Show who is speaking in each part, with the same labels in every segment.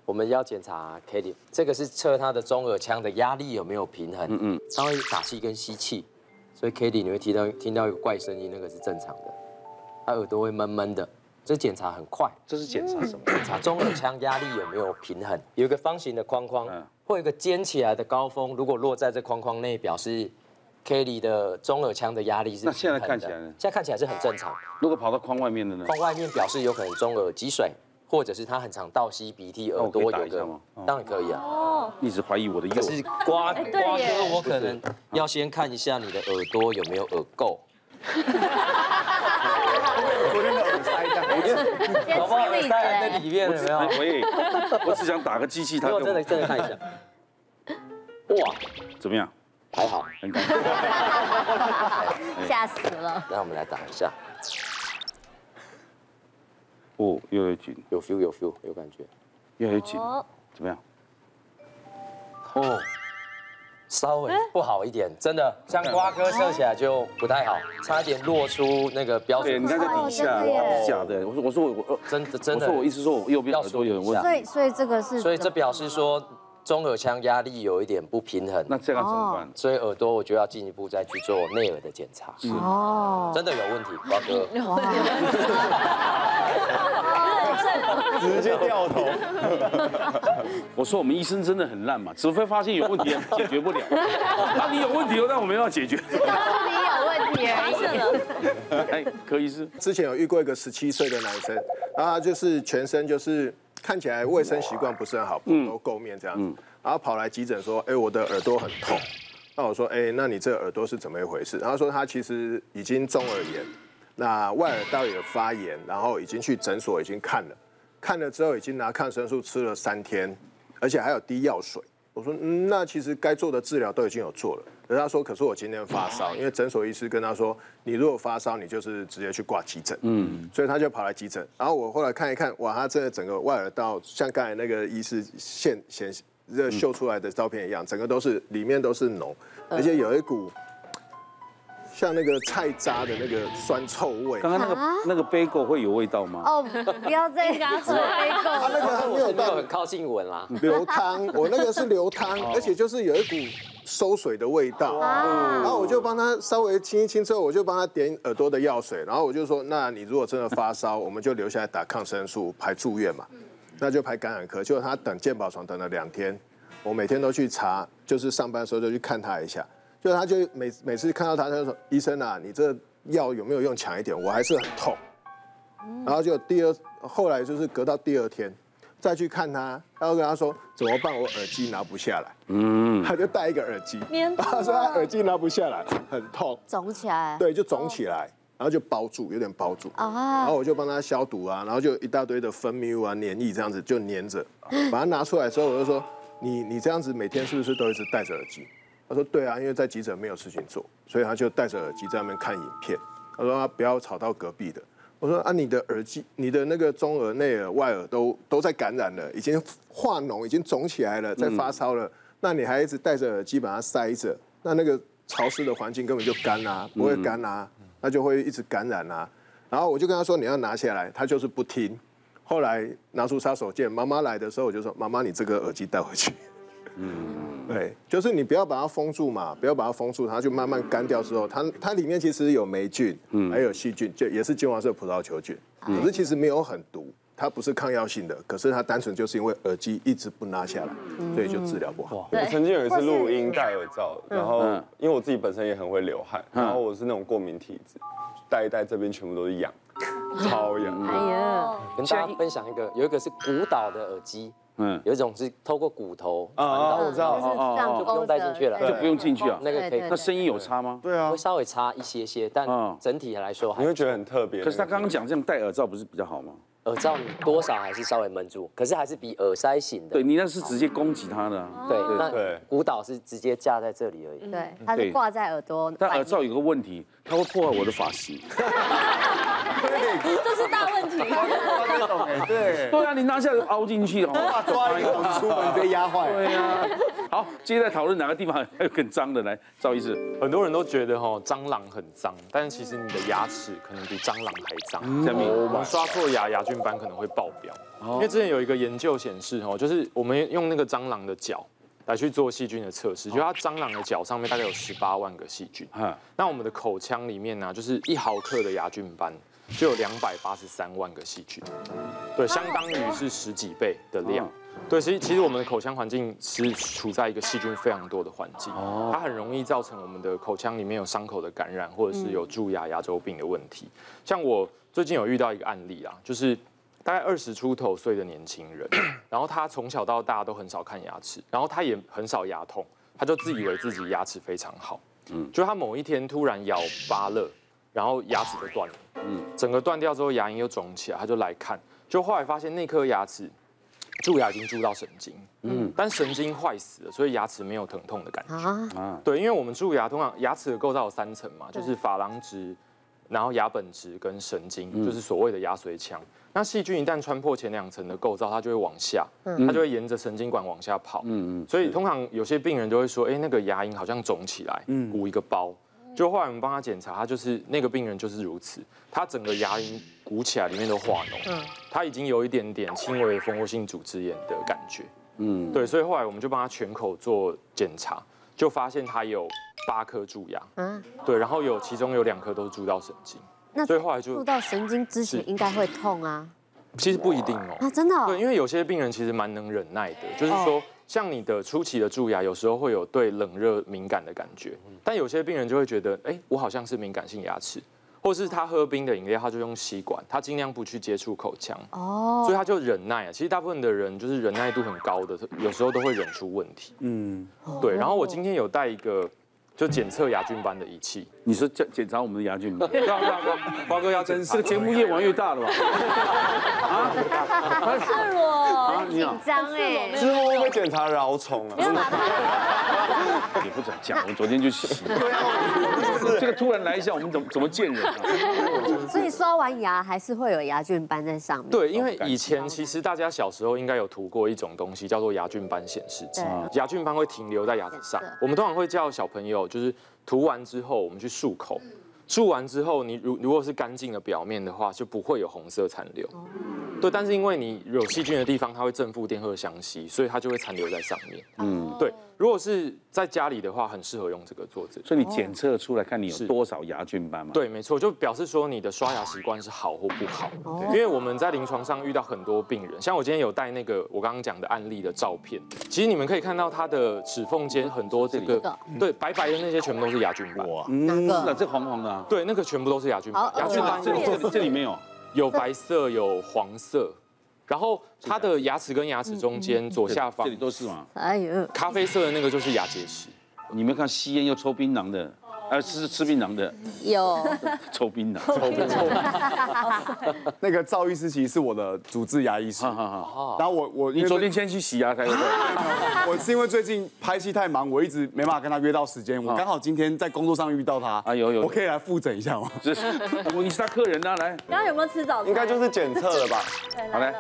Speaker 1: 我们要检查 Kelly， 这个是测他的中耳腔的压力有没有平衡。他会打气跟吸气，所以 Kelly 你会听到一个怪声音，那个是正常的。他耳朵会闷闷的，这检查很快。
Speaker 2: 这是检查什么？
Speaker 1: 检查中耳腔压力有没有平衡。有一个方形的框框，会有一个尖起来的高峰，如果落在这框框内，表示 Kelly 的中耳腔的压力是平衡的。
Speaker 2: 那现在看起来呢？
Speaker 1: 现在看起来是很正常。
Speaker 2: 如果跑到框外面的呢？
Speaker 1: 框外面表示有可能中耳积水，或者是他很常倒吸鼻涕，耳朵有个，当然可以啊。哦，
Speaker 2: 一直怀疑我的右。
Speaker 1: 可是瓜哥，我可能要先看一下你的耳朵有没有耳垢。
Speaker 3: 昨天的耳塞的，
Speaker 1: 宝宝耳塞在里面有没有？
Speaker 2: 我只想打个机器，他
Speaker 1: 真的看一下。哇，
Speaker 2: 怎么样？
Speaker 1: 还好，
Speaker 2: 很感动。
Speaker 4: 吓死了。
Speaker 1: 那我们来打一下。
Speaker 2: 哦，越来越紧，
Speaker 1: 有 feel 有感觉，
Speaker 2: 越来越紧，怎么样？
Speaker 1: 哦，稍微不好一点，真的，像瓜哥测起来就不太好，差一点落出那个标准。
Speaker 2: 你看在底下，假的。我说我
Speaker 1: 真的，
Speaker 2: 我说我意思说我右边耳朵有问题。
Speaker 4: 所以这个是，
Speaker 1: 所以这表示说中耳腔压力有一点不平衡。
Speaker 2: 那这样怎么办？
Speaker 1: 所以耳朵我就要进一步再去做内耳的检查。哦，真的有问题，瓜哥。
Speaker 3: 直接掉头。
Speaker 2: 我说我们医生真的很烂嘛，除非发现有问题解决不了。那你有问题，那我们要解决。
Speaker 4: 你有问题而已。
Speaker 2: 哎，柯医师，
Speaker 5: 之前有遇过一个17岁的男生，然后他就是全身就是看起来卫生习惯不是很好，蓬头垢面这样子，然后跑来急诊说，哎，我的耳朵很痛。那我说，哎，那你这个耳朵是怎么一回事？然后说他其实已经中耳炎，那外耳道有发炎，然后已经去诊所已经看了之后已经拿抗生素吃了3天，而且还有滴药水。我说，那其实该做的治疗都已经有做了。可是他说，可是我今天发烧，因为诊所医师跟他说，你如果发烧，你就是直接去挂急诊。所以他就跑来急诊。然后我后来看一看，哇，他这整个外耳道像刚才那个医师秀出来的照片一样，整个里面都是脓，而且有一股像那个菜渣的那个酸臭味。
Speaker 2: 刚刚那个杯狗会有味道吗？
Speaker 4: 哦，不要再讲说杯狗。
Speaker 5: 他那个还没有到
Speaker 1: 很靠近闻啦。
Speaker 5: 流汤，我那个是流汤，而且就是有一股馊水的味道。然后我就帮他稍微清一清之后，我就帮他点耳朵的药水，然后我就说，那你如果真的发烧，我们就留下来打抗生素，排住院嘛。那就排感染科，结果他等健保床等了2天，我每天都去查，就是上班的时候就去看他一下。就他就每次看到他，他就说：“医生啊，你这药有没有用强一点？我还是很痛。”然后就后来就是隔到第2天再去看他，他就跟他说：“怎么办？我耳机拿不下来。”他就戴一个耳机，他说他耳机拿不下来，很痛，
Speaker 4: 肿起来。
Speaker 5: 对，就肿起来，然后就包住，有点包住。然后我就帮他消毒啊，然后就一大堆的分泌物啊、黏液这样子就黏着，把它拿出来之后，我就说：“你这样子每天是不是都一直戴着耳机？”他说对啊，因为在急诊没有事情做，所以他就戴着耳机在那边看影片。他说他不要吵到隔壁的。我说啊，你的耳机、你的那个中耳、内耳、外耳都在感染了，已经化脓，已经肿起来了，在发烧了。那你还一直戴着耳机把它塞着，那个潮湿的环境根本就干啊，不会干啊，那就会一直感染啊。然后我就跟他说你要拿下来，他就是不听。后来拿出杀手锏，妈妈来的时候我就说妈妈，你这个耳机带回去。对，就是你不要把它封住嘛，不要把它封住，它就慢慢干掉之后，它里面其实有霉菌，还有细菌，就也是金黄色葡萄球菌，可是其实没有很毒，它不是抗药性的，可是它单纯就是因为耳机一直不拿下来，所以就治疗不好。
Speaker 6: 我曾经有一次录音戴耳罩，然后因为我自己本身也很会流汗，然后我是那种过敏体质，戴一戴这边全部都是痒，超痒。
Speaker 4: 哎呀，
Speaker 1: 跟大家分享一个，有一个是骨导的耳机。有一种是透过骨头
Speaker 6: 我知道，
Speaker 4: 这样
Speaker 1: 就不用带进去了，
Speaker 2: 就不用进去啊。
Speaker 1: 那个可以，
Speaker 2: 那声音有差吗？
Speaker 6: 对啊，
Speaker 1: 会稍微差一些，但整体来说
Speaker 6: 你会觉得很特别。
Speaker 2: 可是他刚刚讲这样戴耳罩不是比较好吗？
Speaker 1: 耳罩你多少还是稍微闷住，可是还是比耳塞型的。
Speaker 2: 对你那是直接攻击他的。
Speaker 1: 对，那骨导是直接架在这里而已。
Speaker 4: 对，它是挂在耳朵。
Speaker 2: 但耳罩有个问题，它会破坏我的发型。
Speaker 7: 这是大问题。
Speaker 2: 对啊，你拿下来凹进去哦，
Speaker 3: 抓一个出门直接压坏。
Speaker 2: 对啊。好，接着讨论哪个地方还有更脏的，来，赵医师。
Speaker 8: 很多人都觉得蟑螂很脏，但是其实你的牙齿可能比蟑螂还脏。我们刷错牙，牙菌斑可能会爆表。因为之前有一个研究显示，就是我们用那个蟑螂的脚来去做细菌的测试，就它蟑螂的脚上面大概有18万个细菌。那我们的口腔里面呢，就是1毫克的牙菌斑就有283万个细菌，对，相当于是10几倍的量。对，其实我们的口腔环境是处在一个细菌非常多的环境，它很容易造成我们的口腔里面有伤口的感染，或者是有蛀牙、牙周病的问题。像我最近有遇到一个案例啊，就是大概20出头岁的年轻人，然后他从小到大都很少看牙齿，然后他也很少牙痛，他就自以为自己牙齿非常好，就他某一天突然咬芭乐，然后牙齿就断了，整个断掉之后牙龈又肿起来，他就来看，就后来发现那颗牙齿蛀牙已经蛀到神经，但神经坏死了，所以牙齿没有疼痛的感觉。对，因为我们蛀牙通常牙齿的构造有3层嘛，就是珐琅质，然后牙本质跟神经，就是所谓的牙髓腔。那细菌一旦穿破前2层的构造，它就会往下，它就会沿着神经管往下跑。所以通常有些病人就会说，那个牙龈好像肿起来，鼓一个包。就后来我们帮他检查，他就是那个病人就是如此，他整个牙龈鼓起来，里面都化脓，他已经有一点点轻微的蜂窝性组织炎的感觉。对，所以后来我们就帮他全口做检查，就发现他有8颗蛀牙，对，然后其中有2颗都是蛀到神经。
Speaker 4: 那
Speaker 8: 所以后来就
Speaker 4: 蛀到神经之前应该会痛啊？
Speaker 8: 其实不一定哦。
Speaker 4: 啊，真的？
Speaker 8: 对，因为有些病人其实蛮能忍耐的，就是说，像你的初期的蛀牙，有时候会有对冷热敏感的感觉，但有些病人就会觉得，我好像是敏感性牙齿，或是他喝冰的饮料，他就用吸管，他尽量不去接触口腔，所以他就忍耐啊。其实大部分的人就是忍耐度很高的，有时候都会忍出问题。对。然后我今天有带一个就检测牙菌斑的仪器。
Speaker 2: 你说检查我们的牙菌斑？对，
Speaker 8: 花哥要真是
Speaker 2: 这个节目越玩越大了吧？
Speaker 7: 是我
Speaker 4: 紧张哎。
Speaker 6: 之后会不会检查蛲虫啊？
Speaker 2: 也不准讲，我昨天就洗。对啊，这个突然来一下，我们怎么见人啊？
Speaker 4: 所以刷完牙还是会有牙菌斑在上面。
Speaker 8: 对，因为以前其实大家小时候应该有涂过一种东西，叫做牙菌斑显示剂。牙菌斑会停留在牙齿上，我们通常会叫小朋友就是涂完之后，我们去漱口。漱完之后，你如果是干净的表面的话，就不会有红色残留。对，但是因为你有细菌的地方，它会正负电荷相吸，所以它就会残留在上面。对。如果是在家里的话，很适合用这个做这个。
Speaker 2: 所以你检测出来看你有多少牙菌斑吗？
Speaker 8: 对，没错，就表示说你的刷牙习惯是好或不好。因为我们在临床上遇到很多病人，像我今天有带那个我刚刚讲的案例的照片，其实你们可以看到它的齿缝间很多这个，对，白白的那些全部都是牙菌斑。
Speaker 4: 哪个？
Speaker 2: 是啊，这黄黄的啊。
Speaker 8: 对，那个全部都是牙菌斑。牙菌斑
Speaker 2: 这里没有，
Speaker 8: 有白色，有黄色。然后它的牙齿跟牙齿中间左下方
Speaker 2: 这里都是吗？
Speaker 4: 哎呦，
Speaker 8: 咖啡色的那个就是牙结石。
Speaker 2: 你没看吸烟又抽槟榔的，吃槟榔的？
Speaker 4: 有。
Speaker 2: 抽槟榔。
Speaker 3: 那个赵医师其实是我的主治牙医师，然后我
Speaker 2: 你昨天先去洗牙才对。
Speaker 3: 我是因为最近拍戏太忙，我一直没办法跟他约到时间。我刚好今天在工作上遇到他，
Speaker 2: 有，
Speaker 3: 我可以来复诊一下吗？
Speaker 2: 你是他客人啊，来。
Speaker 7: 刚刚有没有吃早餐？
Speaker 6: 应该就是检测了吧？
Speaker 2: 好嘞。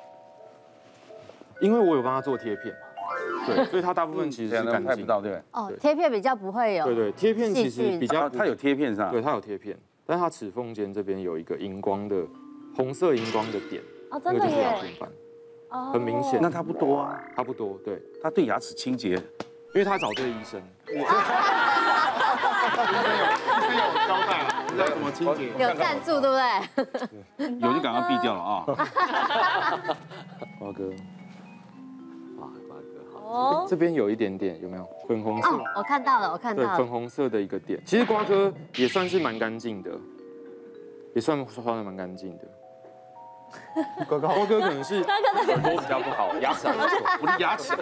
Speaker 8: 因为我有帮他做贴片，对，所以他大部分其实是干净。
Speaker 2: 拍不到，对不对？
Speaker 4: 哦，贴片比较不会有。
Speaker 8: 对，贴片其实比较，
Speaker 2: 它有贴片是吧？
Speaker 8: 对，它有贴片，但是它齿缝间这边有一个荧光的红色荧光的点，
Speaker 7: 哦，真的耶，
Speaker 8: 牙菌斑，很明显。
Speaker 2: 那它不多啊，
Speaker 8: 它不多，对，
Speaker 2: 它对牙齿清洁，
Speaker 8: 因为他找对医生。
Speaker 3: 医生有交代啊，知道怎么清洁。
Speaker 4: 有赞助对不对？
Speaker 2: 有就赶快避掉了啊。
Speaker 8: 花哥。哦，这边有一点点，有没有粉红色？
Speaker 4: 哦，我看到了，
Speaker 8: 对，粉红色的一个点。其实瓜哥也算是蛮干净的，也算刷的蛮干净的。瓜哥可能是耳朵比较不好，牙齿还不错。
Speaker 2: 我的牙齿。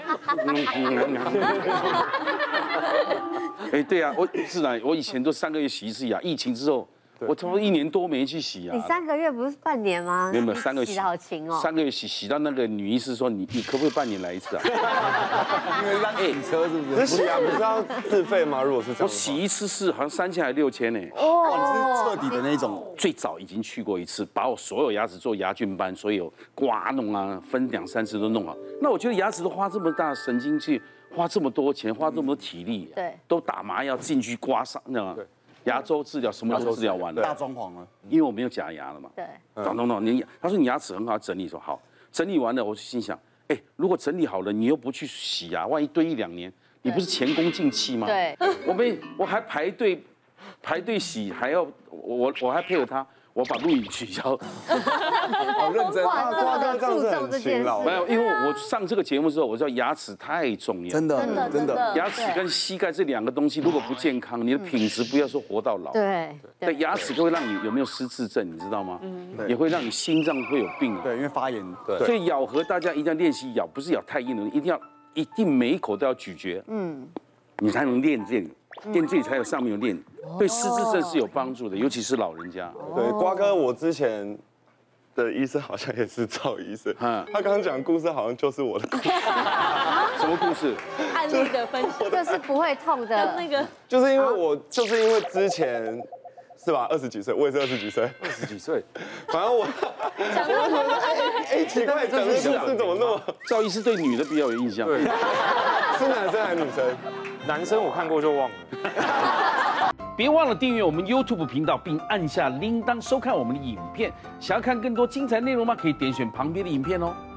Speaker 2: 对啊，我以前都3个月洗一次牙，疫情之后我差不多1年多没去洗
Speaker 4: 你
Speaker 2: 牙。
Speaker 4: 3个月不是半年吗？
Speaker 2: 没有3个月
Speaker 4: 洗的好勤哦。
Speaker 2: 3个月洗到那个女医师说你可不可以半年来一次啊？
Speaker 3: 因为让洗车是不是？
Speaker 6: 可是洗牙不是要自费吗？如果是这样，
Speaker 2: 我洗一次是好像3000还6000呢。
Speaker 3: 哇，你是彻底的那种。
Speaker 2: 最早已经去过一次，把我所有牙齿做牙菌斑，所有刮弄啊，分2、3次都弄好。那我觉得牙齿都花这么大神经去，花这么多钱，花这么多体力，
Speaker 4: 对，
Speaker 2: 都打麻药进去刮伤，那样牙周治疗什么都治疗完了，
Speaker 3: 大装潢了，
Speaker 2: 因为我没有假牙了嘛。
Speaker 4: 对，
Speaker 2: 弄，他说你牙齿很好，整理说好，整理完了，我就心想，哎，如果整理好了，你又不去洗牙，万一堆1、2年，你不是前功尽弃吗？
Speaker 4: 对，
Speaker 2: 我还排队洗，还要我还配合他。我把录影取消，
Speaker 3: 好认真，
Speaker 4: 哇，这么的注重这件事，
Speaker 2: 没有，因为我上这个节目之后，我知道牙齿太重要，
Speaker 3: 真的，
Speaker 2: 牙齿跟膝盖这2个东西如果不健康，你的品质不要说活到老，
Speaker 4: 对，
Speaker 2: 但牙齿就会让你有没有失智症，你知道吗？也会让你心脏会有病，
Speaker 3: 对，因为发炎，对，
Speaker 2: 所以咬合大家一定要练习咬，不是咬太硬的，一定每一口都要咀嚼，你才能练这里。练这里才有上面有练，对失智症是有帮助的，尤其是老人家。
Speaker 6: 对，瓜哥，我之前的医生好像也是赵医生，他刚刚讲的故事好像就是我的故事。
Speaker 2: 什么故事？
Speaker 7: 案例的分析，
Speaker 4: 就是不会痛的
Speaker 7: 那个，
Speaker 6: 就是因为之前是吧，20几岁，我也是20几岁
Speaker 1: 20几岁，
Speaker 6: 反正我
Speaker 7: 讲到
Speaker 6: 奇怪，讲的故事怎么那么？
Speaker 2: 赵医师对女的比较有印象，
Speaker 6: 是男生还是女生？
Speaker 8: 男生我看过就忘了。
Speaker 2: 别忘了订阅我们 YouTube 频道，并按下铃铛收看我们的影片。想要看更多精彩内容吗？可以点选旁边的影片哦。